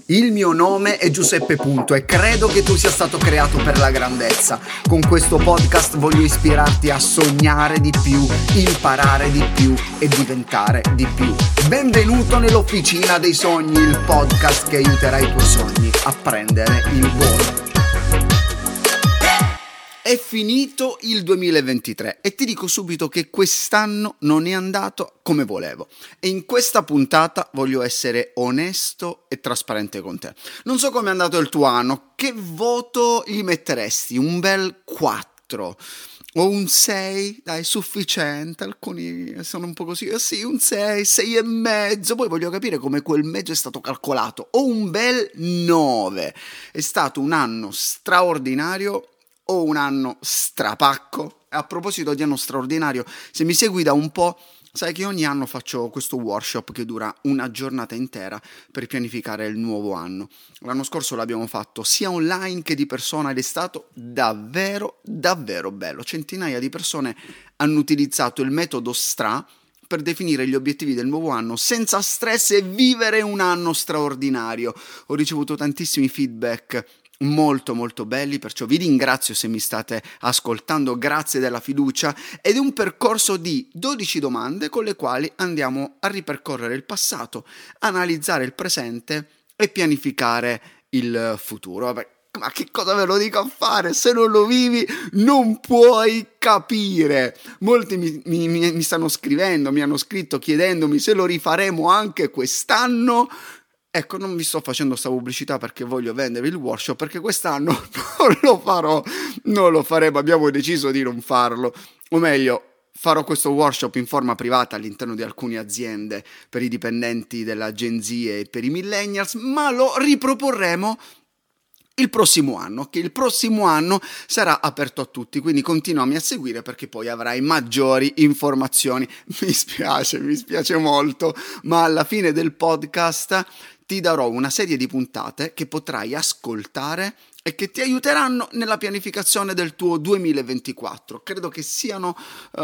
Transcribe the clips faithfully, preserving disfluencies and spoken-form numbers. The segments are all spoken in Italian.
Il mio nome è Giuseppe Punto e credo che tu sia stato creato per la grandezza. Con questo podcast voglio ispirarti a sognare di più, imparare di più e diventare di più. Benvenuto nell'Officina dei Sogni, il podcast che aiuterà i tuoi sogni a prendere il volo. È finito il duemilaventitré e ti dico subito che quest'anno non è andato come volevo e in questa puntata voglio essere onesto e trasparente con te. Non so come è andato il tuo anno, che voto gli metteresti? Un bel quattro o un sei? Dai, sufficiente, alcuni sono un po' così, eh sì, un sei, sei e mezzo, poi voglio capire come quel mezzo è stato calcolato, o un bel nove. È stato un anno straordinario o un anno strapacco. A proposito di anno straordinario, se mi segui da un po', sai che ogni anno faccio questo workshop che dura una giornata intera per pianificare il nuovo anno. L'anno scorso l'abbiamo fatto sia online che di persona ed è stato davvero, davvero bello. Centinaia di persone hanno utilizzato il metodo S T R A per definire gli obiettivi del nuovo anno senza stress e vivere un anno straordinario. Ho ricevuto tantissimi feedback molto molto belli, perciò vi ringrazio se mi state ascoltando, grazie della fiducia, ed è un percorso di dodici domande con le quali andiamo a ripercorrere il passato, analizzare il presente e pianificare il futuro. Vabbè, ma che cosa ve lo dico a fare? Se non lo vivi non puoi capire. Molti mi, mi, mi stanno scrivendo, mi hanno scritto chiedendomi se lo rifaremo anche quest'anno. Ecco, non vi sto facendo sta pubblicità perché voglio vendervi il workshop, perché quest'anno non lo farò, non lo faremo, abbiamo deciso di non farlo, o meglio, farò questo workshop in forma privata all'interno di alcune aziende per i dipendenti della Gen Z e per i millennials, ma lo riproporremo il prossimo anno, che il prossimo anno sarà aperto a tutti, quindi continuami a seguire perché poi avrai maggiori informazioni. Mi spiace, mi spiace molto, ma alla fine del podcast ti darò una serie di puntate che potrai ascoltare e che ti aiuteranno nella pianificazione del tuo duemilaventiquattro. Credo che siano uh,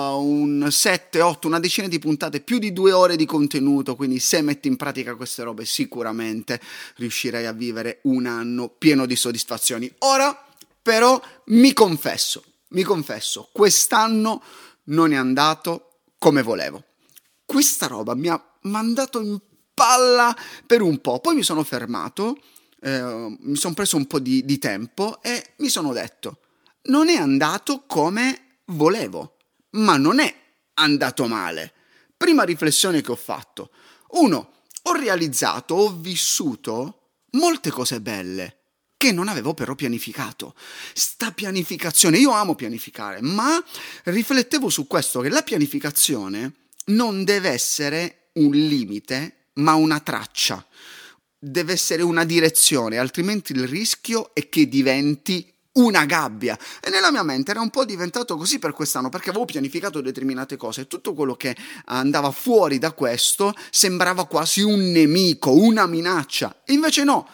un sette, otto, una decina di puntate, più di due ore di contenuto, quindi se metti in pratica queste robe sicuramente riuscirai a vivere un anno pieno di soddisfazioni. Ora però mi confesso, mi confesso, quest'anno non è andato come volevo. Questa roba mi ha mandato in palla per un po', poi mi sono fermato, eh, mi sono preso un po' di, di tempo e mi sono detto, non è andato come volevo, ma non è andato male. Prima riflessione che ho fatto, uno, ho realizzato, ho vissuto molte cose belle che non avevo però pianificato. Sta pianificazione, io amo pianificare, ma riflettevo su questo, che la pianificazione non deve essere un limite, ma una traccia, deve essere una direzione, altrimenti il rischio è che diventi una gabbia. E nella mia mente era un po' diventato così per quest'anno, perché avevo pianificato determinate cose e tutto quello che andava fuori da questo sembrava quasi un nemico, una minaccia. E invece no,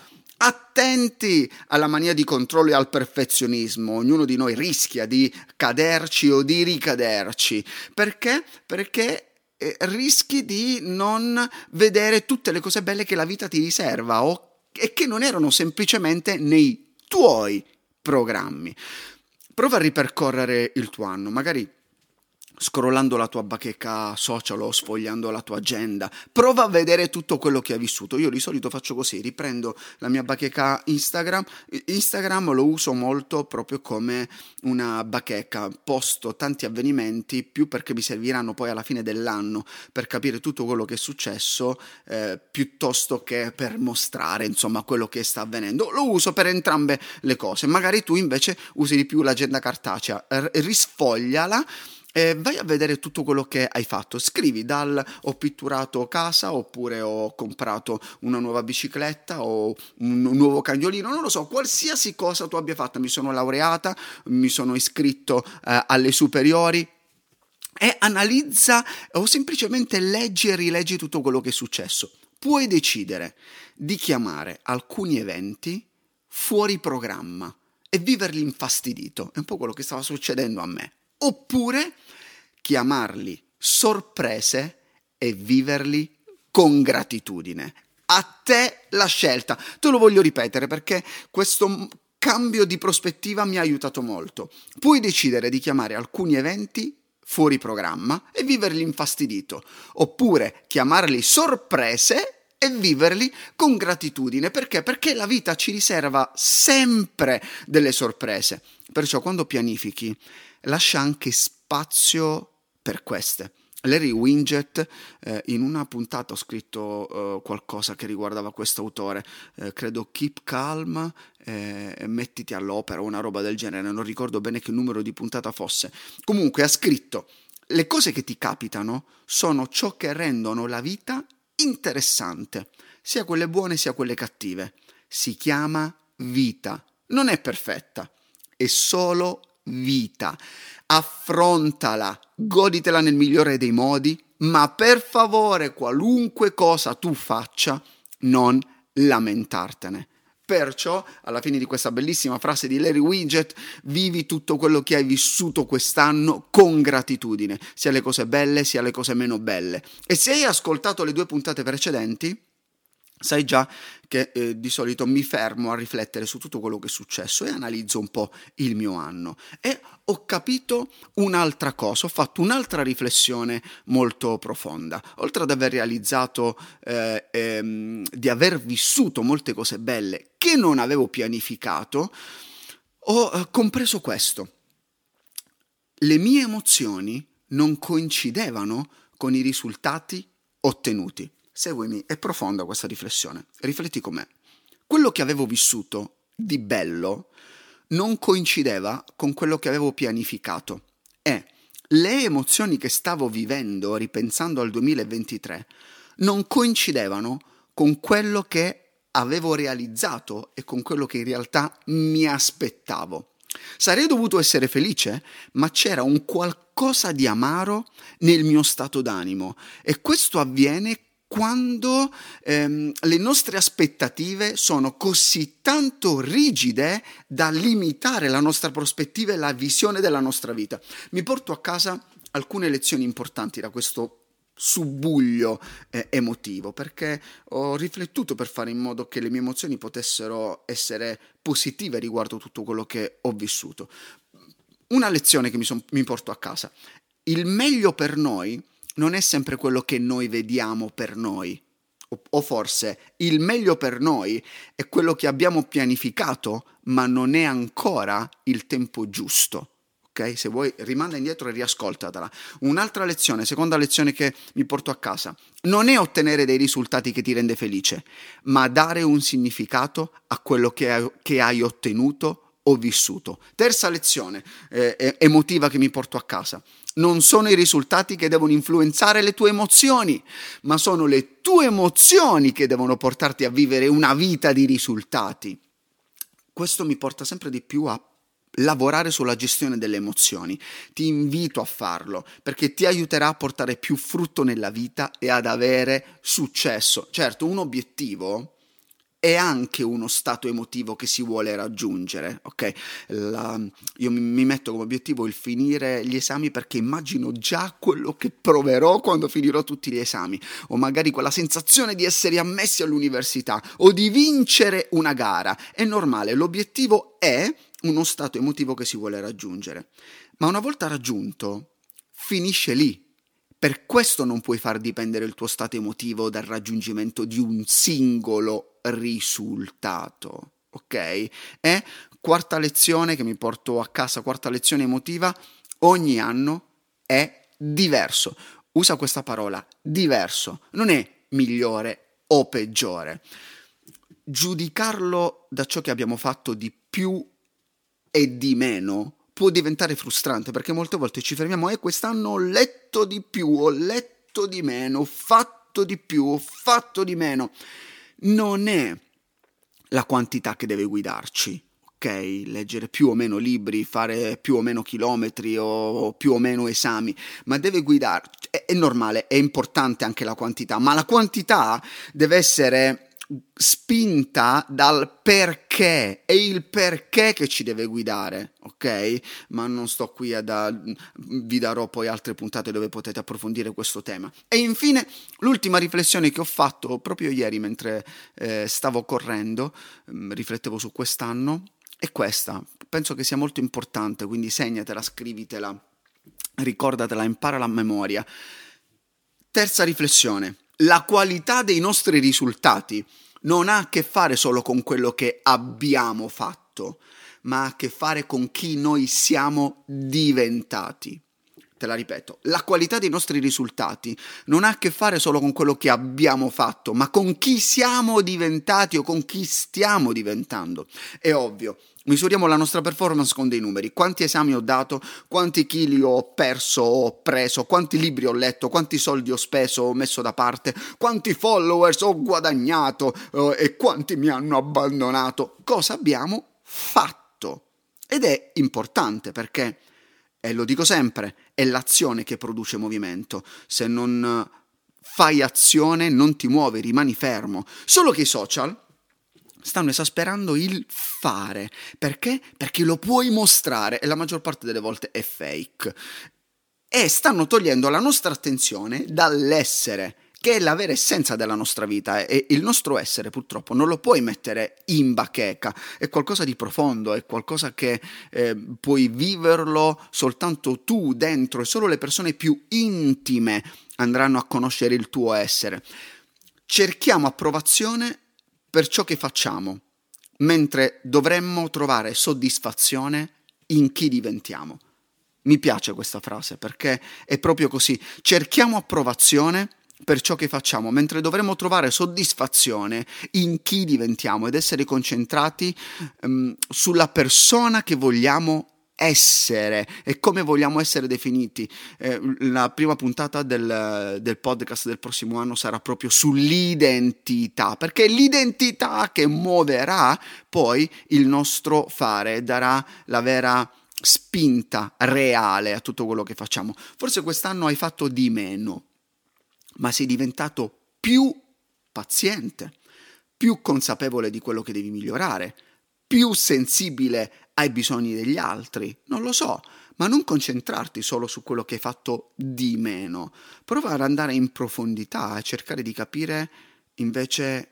attenti alla mania di controllo e al perfezionismo. Ognuno di noi rischia di caderci o di ricaderci. Perché? Perché rischi di non vedere tutte le cose belle che la vita ti riserva o e che non erano semplicemente nei tuoi programmi. Prova a ripercorrere il tuo anno, magari scrollando la tua bacheca social o sfogliando la tua agenda, prova a vedere tutto quello che hai vissuto. Io di solito faccio così, riprendo la mia bacheca Instagram, Instagram lo uso molto proprio come una bacheca, posto tanti avvenimenti più perché mi serviranno poi alla fine dell'anno per capire tutto quello che è successo, eh, piuttosto che per mostrare insomma quello che sta avvenendo. Lo uso per entrambe le cose. Magari tu invece usi di più l'agenda cartacea, r- risfogliala e vai a vedere tutto quello che hai fatto. Scrivi dal ho pitturato casa, oppure ho comprato una nuova bicicletta o un nuovo cagnolino, non lo so, qualsiasi cosa tu abbia fatto. Mi sono laureata, mi sono iscritto eh, alle superiori, e analizza o semplicemente leggi e rileggi tutto quello che è successo. Puoi decidere di chiamare alcuni eventi fuori programma e viverli infastidito, è un po' quello che stava succedendo a me. Oppure chiamarli sorprese e viverli con gratitudine. A te la scelta. Te lo voglio ripetere perché questo cambio di prospettiva mi ha aiutato molto. Puoi decidere di chiamare alcuni eventi fuori programma e viverli infastidito, oppure chiamarli sorprese e viverli con gratitudine. Perché? Perché la vita ci riserva sempre delle sorprese. Perciò quando pianifichi, lascia anche spazio per queste. Larry Winget, eh, in una puntata ho scritto eh, qualcosa che riguardava questo autore, eh, credo Keep Calm eh, e mettiti all'opera, una roba del genere, non ricordo bene che numero di puntata fosse. Comunque ha scritto: le cose che ti capitano sono ciò che rendono la vita interessante, sia quelle buone sia quelle cattive. Si chiama vita, non è perfetta, è solo vita. Affrontala, goditela nel migliore dei modi, ma per favore, qualunque cosa tu faccia, non lamentartene. Perciò, alla fine di questa bellissima frase di Larry Winget, vivi tutto quello che hai vissuto quest'anno con gratitudine, sia le cose belle sia le cose meno belle. E se hai ascoltato le due puntate precedenti, sai già che eh, di solito mi fermo a riflettere su tutto quello che è successo e analizzo un po' il mio anno. E ho capito un'altra cosa, ho fatto un'altra riflessione molto profonda. Oltre ad aver realizzato eh, ehm, di aver vissuto molte cose belle che non avevo pianificato, ho eh, compreso questo. Le mie emozioni non coincidevano con i risultati ottenuti. Seguimi, è profonda questa riflessione. Rifletti con me. Quello che avevo vissuto di bello non coincideva con quello che avevo pianificato e le emozioni che stavo vivendo ripensando al duemilaventitré non coincidevano con quello che avevo realizzato e con quello che in realtà mi aspettavo. Sarei dovuto essere felice, ma c'era un qualcosa di amaro nel mio stato d'animo e questo avviene quando ehm, le nostre aspettative sono così tanto rigide da limitare la nostra prospettiva e la visione della nostra vita. Mi porto a casa alcune lezioni importanti da questo subbuglio eh, emotivo, perché ho riflettuto per fare in modo che le mie emozioni potessero essere positive riguardo tutto quello che ho vissuto. Una lezione che mi, son, mi porto a casa: il meglio per noi non è sempre quello che noi vediamo per noi, o, o forse il meglio per noi è quello che abbiamo pianificato, ma non è ancora il tempo giusto. Ok? Se vuoi rimanda indietro e riascoltatela. Un'altra lezione, seconda lezione che mi porto a casa: non è ottenere dei risultati che ti rende felice, ma dare un significato a quello che hai, che hai ottenuto o vissuto. Terza lezione eh, emotiva che mi porto a casa: non sono i risultati che devono influenzare le tue emozioni, ma sono le tue emozioni che devono portarti a vivere una vita di risultati. Questo mi porta sempre di più a lavorare sulla gestione delle emozioni. Ti invito a farlo perché ti aiuterà a portare più frutto nella vita e ad avere successo. Certo, un obiettivo è anche uno stato emotivo che si vuole raggiungere, ok? La, io mi, mi metto come obiettivo il finire gli esami perché immagino già quello che proverò quando finirò tutti gli esami, o magari quella sensazione di essere ammessi all'università o di vincere una gara. È normale, l'obiettivo è uno stato emotivo che si vuole raggiungere, ma una volta raggiunto finisce lì. Per questo non puoi far dipendere il tuo stato emotivo dal raggiungimento di un singolo risultato, ok? E quarta lezione che mi porto a casa, quarta lezione emotiva: ogni anno è diverso. Usa questa parola, diverso, non è migliore o peggiore. Giudicarlo da ciò che abbiamo fatto di più e di meno può diventare frustrante, perché molte volte ci fermiamo e eh, quest'anno ho letto di più, ho letto di meno, ho fatto di più, ho fatto di meno. Non è la quantità che deve guidarci, ok? Leggere più o meno libri, fare più o meno chilometri o più o meno esami, ma deve guidarci. È, è normale, è importante anche la quantità, ma la quantità deve essere spinta dal perché, è il perché che ci deve guidare, ok? Ma non sto qui a da, vi darò poi altre puntate dove potete approfondire questo tema. E infine l'ultima riflessione che ho fatto proprio ieri mentre eh, stavo correndo, mh, riflettevo su quest'anno, è questa. Penso che sia molto importante, quindi segnatela, scrivitela, ricordatela, imparala a memoria. Terza riflessione: la qualità dei nostri risultati non ha a che fare solo con quello che abbiamo fatto, ma ha a che fare con chi noi siamo diventati. Te la ripeto, la qualità dei nostri risultati non ha a che fare solo con quello che abbiamo fatto, ma con chi siamo diventati o con chi stiamo diventando. È ovvio, misuriamo la nostra performance con dei numeri: quanti esami ho dato, quanti chili ho perso o ho preso, quanti libri ho letto, quanti soldi ho speso o ho messo da parte, quanti followers ho guadagnato eh, e quanti mi hanno abbandonato. Cosa abbiamo fatto? Ed è importante perché, e lo dico sempre, è l'azione che produce movimento. Se non fai azione non ti muovi, rimani fermo. Solo che i social stanno esasperando il fare. Perché? Perché lo puoi mostrare e la maggior parte delle volte è fake. E stanno togliendo la nostra attenzione dall'essere, che è la vera essenza della nostra vita, e il nostro essere purtroppo non lo puoi mettere in bacheca, è qualcosa di profondo, è qualcosa che eh, puoi viverlo soltanto tu dentro, e solo le persone più intime andranno a conoscere il tuo essere. Cerchiamo approvazione per ciò che facciamo, mentre dovremmo trovare soddisfazione in chi diventiamo. Mi piace questa frase perché è proprio così. Cerchiamo approvazione per ciò che facciamo, mentre dovremmo trovare soddisfazione in chi diventiamo ed essere concentrati um, sulla persona che vogliamo essere e come vogliamo essere definiti. Eh, la prima puntata del, del podcast del prossimo anno sarà proprio sull'identità, perché è l'identità che muoverà poi il nostro fare, darà la vera spinta reale a tutto quello che facciamo. Forse quest'anno hai fatto di meno, ma sei diventato più paziente, più consapevole di quello che devi migliorare, più sensibile ai bisogni degli altri. Non lo so, ma non concentrarti solo su quello che hai fatto di meno. Prova ad andare in profondità e cercare di capire invece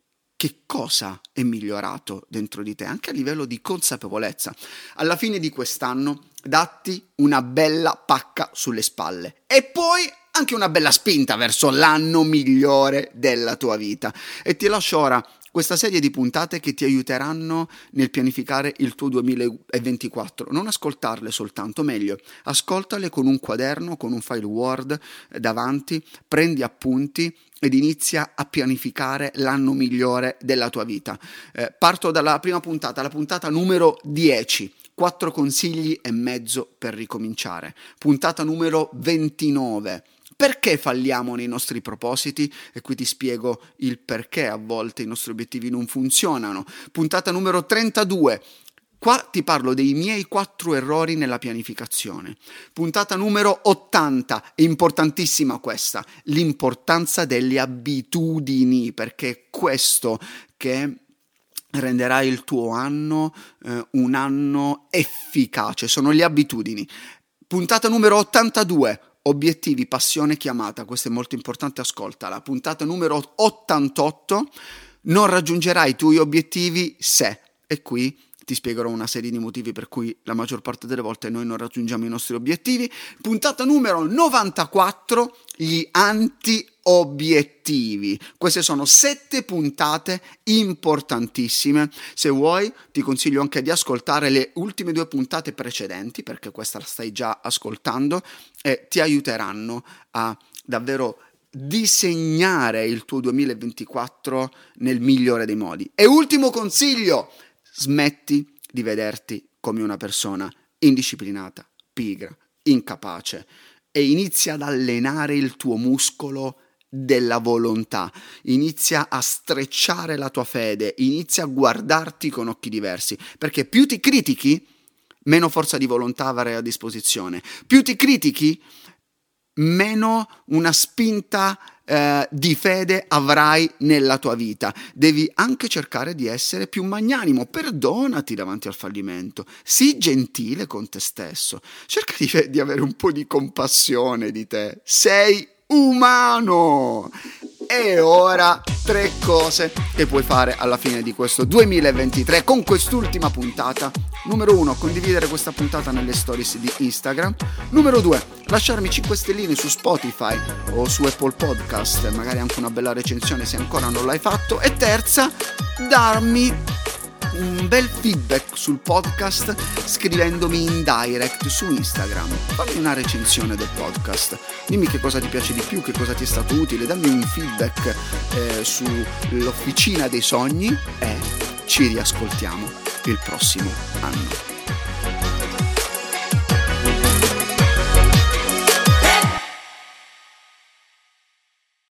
che cosa è migliorato dentro di te, anche a livello di consapevolezza. Alla fine di quest'anno datti una bella pacca sulle spalle e poi anche una bella spinta verso l'anno migliore della tua vita. E ti lascio ora questa serie di puntate che ti aiuteranno nel pianificare il tuo duemilaventiquattro. Non ascoltarle soltanto, meglio, ascoltale con un quaderno, con un file Word davanti, prendi appunti ed inizia a pianificare l'anno migliore della tua vita. Eh, parto dalla prima puntata, la puntata numero dieci. Quattro consigli e mezzo per ricominciare. Puntata numero ventinove. Perché falliamo nei nostri propositi? E qui ti spiego il perché a volte i nostri obiettivi non funzionano. Puntata numero trentadue. Qua ti parlo dei miei quattro errori nella pianificazione. Puntata numero ottanta, è importantissima questa, l'importanza delle abitudini, perché è questo che renderà il tuo anno eh, un anno efficace, sono le abitudini. Puntata numero ottantadue, obiettivi, passione, chiamata, questo è molto importante, ascoltala. Puntata numero ottantotto, non raggiungerai i tuoi obiettivi se, e qui ti spiegherò una serie di motivi per cui la maggior parte delle volte noi non raggiungiamo i nostri obiettivi. Puntata numero novantaquattro, gli anti-obiettivi. Queste sono sette puntate importantissime. Se vuoi ti consiglio anche di ascoltare le ultime due puntate precedenti, perché questa la stai già ascoltando, e ti aiuteranno a davvero disegnare il tuo duemilaventiquattro nel migliore dei modi. E ultimo consiglio: smetti di vederti come una persona indisciplinata, pigra, incapace e inizia ad allenare il tuo muscolo della volontà, inizia a strecciare la tua fede, inizia a guardarti con occhi diversi, perché più ti critichi, meno forza di volontà avrai a disposizione, più ti critichi, meno una spinta eh, di fede avrai nella tua vita. Devi anche cercare di essere più magnanimo, perdonati davanti al fallimento, sii gentile con te stesso, cerca di, di avere un po' di compassione di te, sei umano. E ora tre cose che puoi fare alla fine di questo duemilaventitré con quest'ultima puntata. Numero uno, condividere questa puntata nelle stories di Instagram. Numero due, lasciarmi cinque stelline su Spotify o su Apple Podcast, magari anche una bella recensione se ancora non l'hai fatto. E terza, darmi un bel feedback sul podcast scrivendomi in direct su Instagram. Fammi una recensione del podcast, dimmi che cosa ti piace di più, che cosa ti è stato utile, dammi un feedback eh, sull'Officina dei Sogni e ci riascoltiamo il prossimo anno.